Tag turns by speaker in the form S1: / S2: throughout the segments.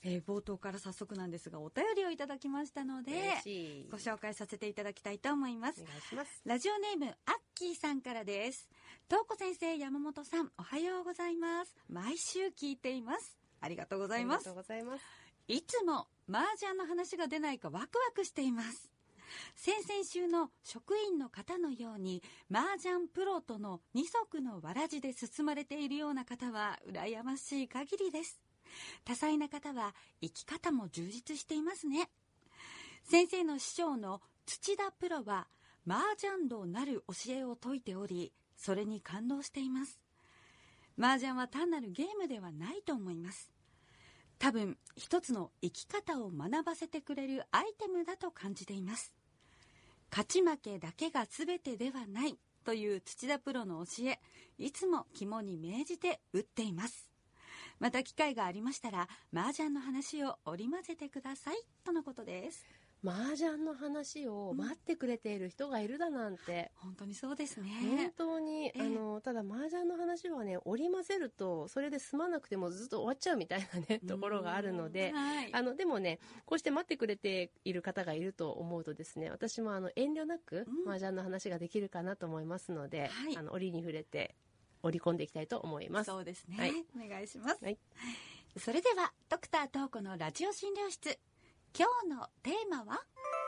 S1: 冒頭から早速なんですがお便りをいただきましたのでご紹介させていただきたいと思います。
S2: お願いします。
S1: ラジオネームアッキーさんからです。東子先生、山本さん、おはようございます。毎週聞いています。ありがとうございます。
S2: ありがとうございます。
S1: いつも麻雀の話が出ないかワクワクしています。先々週の職員の方のように麻雀プロとの二足のわらじで進まれているような方は羨ましい限りです。多彩な方は生き方も充実していますね。先生の師匠の土田プロは麻雀道なる教えを説いており、それに感動しています。麻雀は単なるゲームではないと思います。多分一つの生き方を学ばせてくれるアイテムだと感じています。勝ち負けだけが全てではないという土田プロの教え、いつも肝に銘じて打っています。また機会がありましたら麻雀の話を織り交ぜてくださいとのことです。
S2: 麻雀の話を待ってくれている人がいるだなんて、
S1: 本当にそうですね。
S2: 本当に、ただ麻雀の話はね、織り交ぜるとそれで済まなくてもずっと終わっちゃうみたいなねところがあるので、
S1: はい、
S2: でもね、こうして待ってくれている方がいると思うとですね、私も遠慮なく麻雀の話ができるかなと思いますので、
S1: はい、
S2: 折に触れて織り込んでいきたいと思います。
S1: そうですね、
S2: はい、
S1: お願いします。
S2: はい、
S1: それではドクター東子のラジオ診療室、今日のテーマは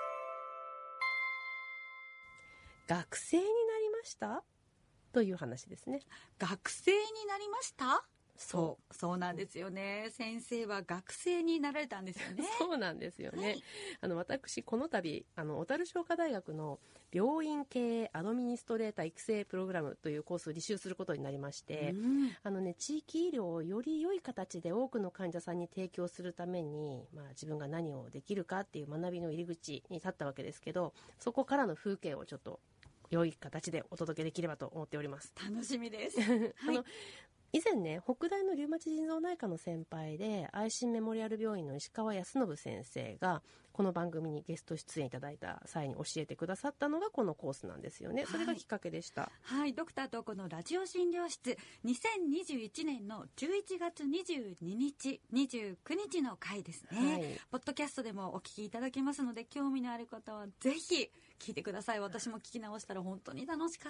S2: 学生になりましたという話ですね。
S1: 学生になりました？そうなんですよね。先生は学生になられたんですよね。
S2: そうなんですよね。私この度小樽商科大学の病院経営アドミニストレーター育成プログラムというコースを履修することになりまして、地域医療をより良い形で多くの患者さんに提供するために、自分が何をできるかっていう学びの入り口に立ったわけですけど、そこからの風景をちょっと良い形でお届けできればと思っております。
S1: 楽しみです。はい、
S2: 以前ね、北大のリウマチ腎臓内科の先輩で愛心メモリアル病院の石川康信先生がこの番組にゲスト出演いただいた際に教えてくださったのがこのコースなんですよね。それがきっかけでした。
S1: はい、ドクター東子のラジオ診療室、2021年の11月22日29日の回ですね、はい、ポッドキャストでもお聞きいただけますので、興味のある方はぜひ聞いてください。私も聞き直したら本当に楽しかった。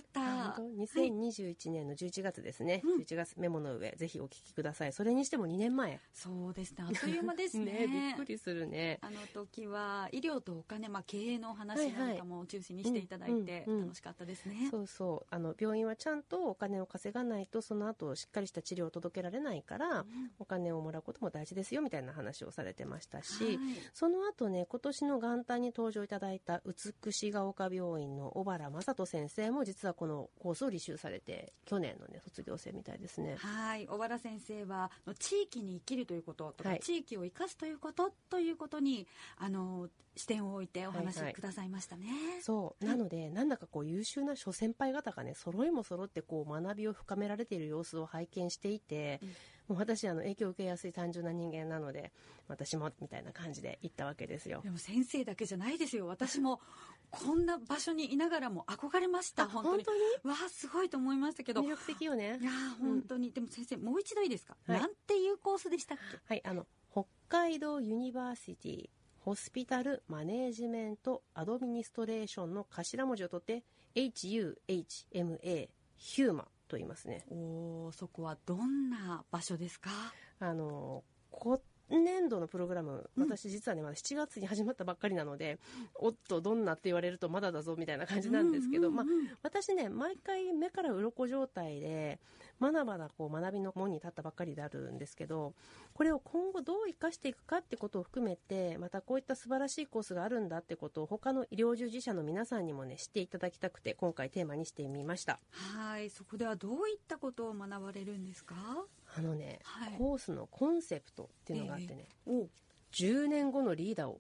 S2: 2021年の11月ですね、11月メモの上ぜひお聞きください。それにしても2年前。
S1: そうですね、あっという間ですね。
S2: ね、びっくりするね。
S1: あの時は医療とお金、経営のお話なんかも中心にしていただいて楽しかったですね。
S2: そうそう、病院はちゃんとお金を稼がないとその後しっかりした治療を届けられないから、お金をもらうことも大事ですよみたいな話をされてましたし、その後ね、今年の元旦に登場いただいた美しが丘病院の小原正人先生も実はこのコースを履修されて去年のね卒業生みたいですね。
S1: はい、小原先生は地域に生きるということとか、地域を生かすということに視点を置いてお話しくださいましたね。
S2: そうなので、なんだか優秀な諸先輩方がね揃いも揃って学びを深められている様子を拝見していて、もう私影響を受けやすい単純な人間なので私もみたいな感じで行ったわけですよ。
S1: でも先生だけじゃないですよ。私もこんな場所にいながらも憧れました。本当にわあすごいと思いましたけど、
S2: 魅力的よね。
S1: いや本当に、でも先生もう一度いいですか、なんていうコースでしたっけ？
S2: はい、北海道ユニバーシティホスピタルマネージメントアドミニストレーションの頭文字を取って HUHMA ヒューマと言いますね。
S1: そこはどんな場所ですか？
S2: 今年度のプログラム、私実はねまだ7月に始まったばっかりなので、おっとどんなって言われるとまだだぞみたいな感じなんですけど、私ね毎回目から鱗状態でまだまだ学びの門に立ったばっかりであるんですけど、これを今後どう生かしていくかってことを含めて、またこういった素晴らしいコースがあるんだってことを他の医療従事者の皆さんにもね知っていただきたくて今回テーマにしてみました。
S1: はい、そこではどういったことを学ばれるんですか？
S2: コースのコンセプトっていうのがあってね、10年後のリーダーを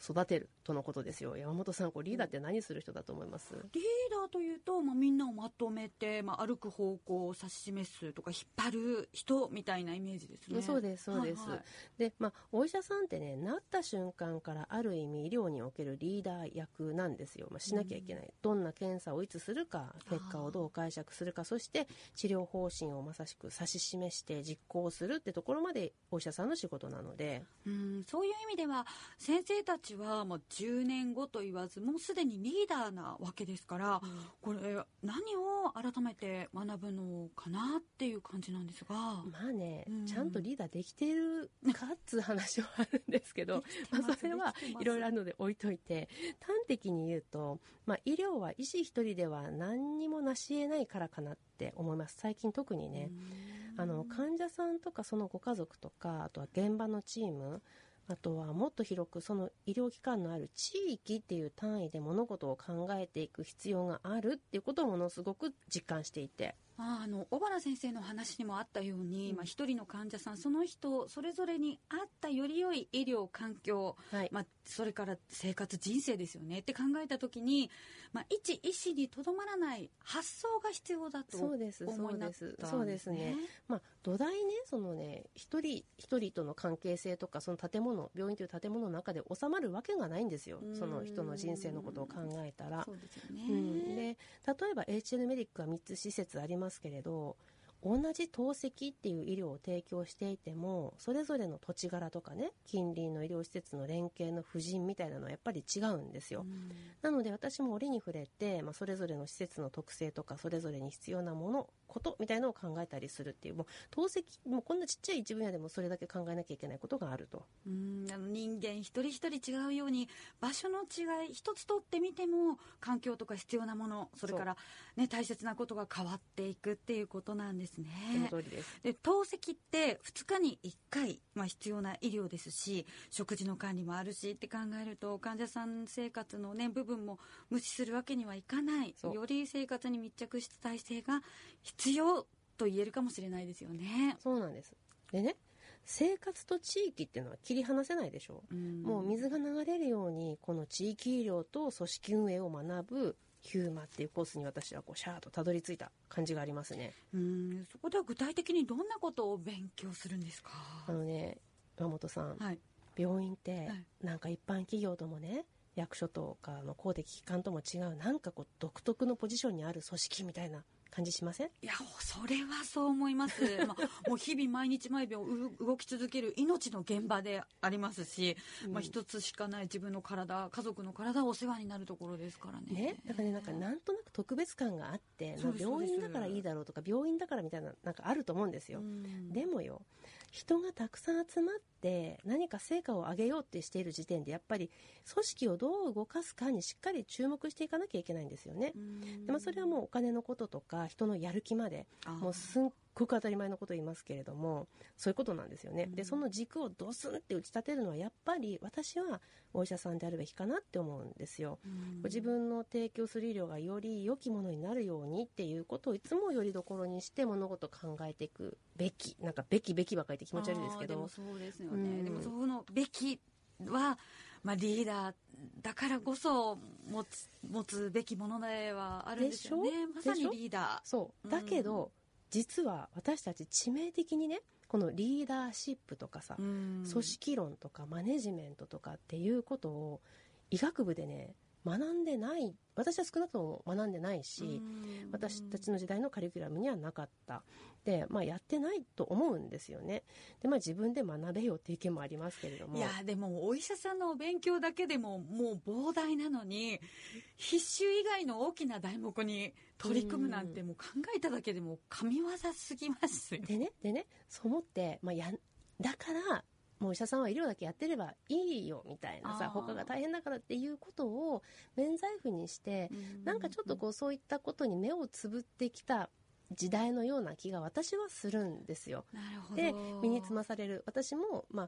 S2: 育てるとのことですよ。山本さん、リーダーって何する人だと思います？
S1: リーダーというと、みんなをまとめて、歩く方向を指し示すとか引っ張る人みたいなイメージですね。
S2: そうですそうです、
S1: はいはい、
S2: で、お医者さんってね、なった瞬間からある意味医療におけるリーダー役なんですよ。しなきゃいけない、どんな検査をいつするか、結果をどう解釈するか、そして治療方針をまさしく指し示して実行するってところまでお医者さんの仕事なので、
S1: そういう意味では先生たちはもう10年後と言わず、もうすでにリーダーなわけですから、これ何を改めて学ぶのかなっていう感じなんですが、
S2: ちゃんとリーダーできてるかっつう話はあるんですけどそれはいろいろあるので置いといて、端的に言うと、医療は医師一人では何にも成し得ないからかなって思います。最近特にね、患者さんとかそのご家族とか、あとは現場のチーム、あとはもっと広くその医療機関のある地域っていう単位で物事を考えていく必要があるっていうことをものすごく実感していて、
S1: 小原先生の話にもあったように、一人の患者さんその人それぞれに合ったより良い医療環境、それから生活人生ですよねって考えた時に、一医師にとどまらない発想が必要だと思いなったんですね。
S2: そうですね。土台ね、そのね、一人一人との関係性とか、その建物、病院という建物の中で収まるわけがないんですよ。その人の人生のことを考えたら。
S1: そうですよね。
S2: で、例えば HL メディックは3つ施設ありますけれど、同じ透析っていう医療を提供していても、それぞれの土地柄とかね、近隣の医療施設の連携の布陣みたいなのはやっぱり違うんですよ。なので私も折に触れて、それぞれの施設の特性とか、それぞれに必要なもの、ことみたいなのを考えたりするっていう、もう透析、もうこんなちっちゃい一分野でもそれだけ考えなきゃいけないことがあると。
S1: 人間一人一人違うように、場所の違い一つとってみても環境とか必要なもの、それから、大切なことが変わっていくっていうことなんですね。
S2: その通りです。
S1: で、透析って2日に1回、必要な医療ですし、食事の管理もあるしって考えると、患者さん生活の部分も無視するわけにはいかない、より生活に密着した体制が必要と言えるかもしれないですよね。
S2: そうなんです。でね、生活と地域っていうのは切り離せないでしょう。もう水が流れるように、この地域医療と組織運営を学ぶヒューマっていうコースに私はシャーッとたどり着いた感じがありますね。
S1: そこでは具体的にどんなことを勉強するんですか？
S2: 山本さん、病院ってなんか一般企業ともね、役所とかの公的機関とも違う、なんか独特のポジションにある組織みたいな感じしません？
S1: いや、それはそう思います。もう日々毎日毎秒動き続ける命の現場でありますし、一つしかない自分の体、家族の体をお世話になるところですからね。
S2: だからね、なんとなく特別感があって、病院だからいいだろうとか、病院だからみたいな、なんかあると思うんですよ。でもよ、人がたくさん集まって何か成果を上げようってしている時点で、やっぱり組織をどう動かすかにしっかり注目していかなきゃいけないんですよね。でそれはもうお金のこととか人のやる気まで、もうすっごく当たり前のことを言いますけれども、そういうことなんですよね。でその軸をドスンって打ち立てるのは、やっぱり私はお医者さんであるべきかなって思うんですよ。自分の提供する医療がより良きものになるようにっていうことをいつもよりどころにして物事を考えていくべき、なんかべきべきばかりって気持ち悪いですけど、
S1: でもそうですよね。でもそのべきは、リーダーだからこそ持つべきものではあるんですよね。まさにリーダー。
S2: そうだけど、実は私たち致命的にね、このリーダーシップとかさ、組織論とかマネジメントとかっていうことを医学部でね学んでない。私は少なくとも学んでないし、私たちの時代のカリキュラムにはなかったで、やってないと思うんですよね。で自分で学べよっていう意見もありますけれども、
S1: いやでもお医者さんのお勉強だけでももう膨大なのに、必修以外の大きな題目に取り組むなんて、もう考えただけでも神業すぎますよ。
S2: でねそう思って、だからもうお医者さんは医療だけやってればいいよみたいなさ、他が大変だからっていうことを免罪符にして、なんかちょっとそういったことに目をつぶってきた時代のような気が私はするんですよ。
S1: なるほど。
S2: で身につまされる私も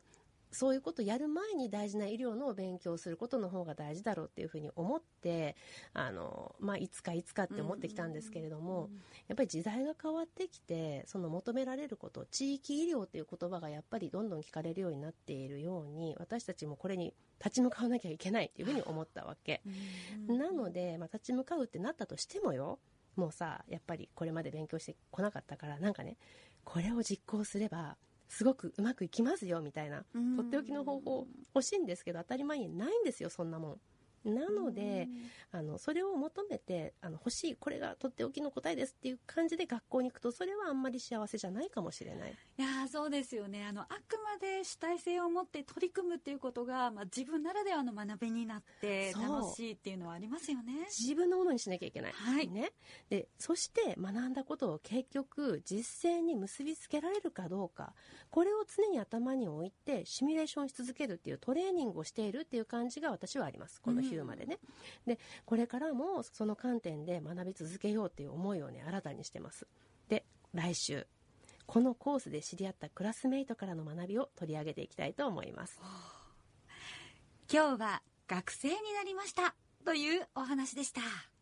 S2: そういうことをやる前に大事な医療の勉強をすることの方が大事だろうっていうふうに思っていつかって思ってきたんですけれども、やっぱり時代が変わってきて、その求められること、地域医療っていう言葉がやっぱりどんどん聞かれるようになっているように、私たちもこれに立ち向かわなきゃいけないっていうふうに思ったわけ、なので、立ち向かうってなったとしてもよ、もうさ、やっぱりこれまで勉強してこなかったから、なんかね、これを実行すればすごくうまくいきますよみたいなとっておきの方法欲しいんですけど、当たり前にないんですよ、そんなもん。なのでそれを求めて欲しい、これがとっておきの答えですっていう感じで学校に行くと、それはあんまり幸せじゃないかもしれない。
S1: いやそうですよね。あくまで主体性を持って取り組むっていうことが、自分ならではの学びになって楽しいっていうのはありますよね。
S2: 自分のものにしなきゃいけない、
S1: はい
S2: ね、でそして学んだことを結局実践に結びつけられるかどうか、これを常に頭に置いてシミュレーションし続けるっていうトレーニングをしているっていう感じが私はあります、このヒューマでね。でこれからもその観点で学び続けようっていう思いをね、新たにしてます。で来週このコースで知り合ったクラスメイトからの学びを取り上げていきたいと思います。
S1: 今日は学生になりましたというお話でした。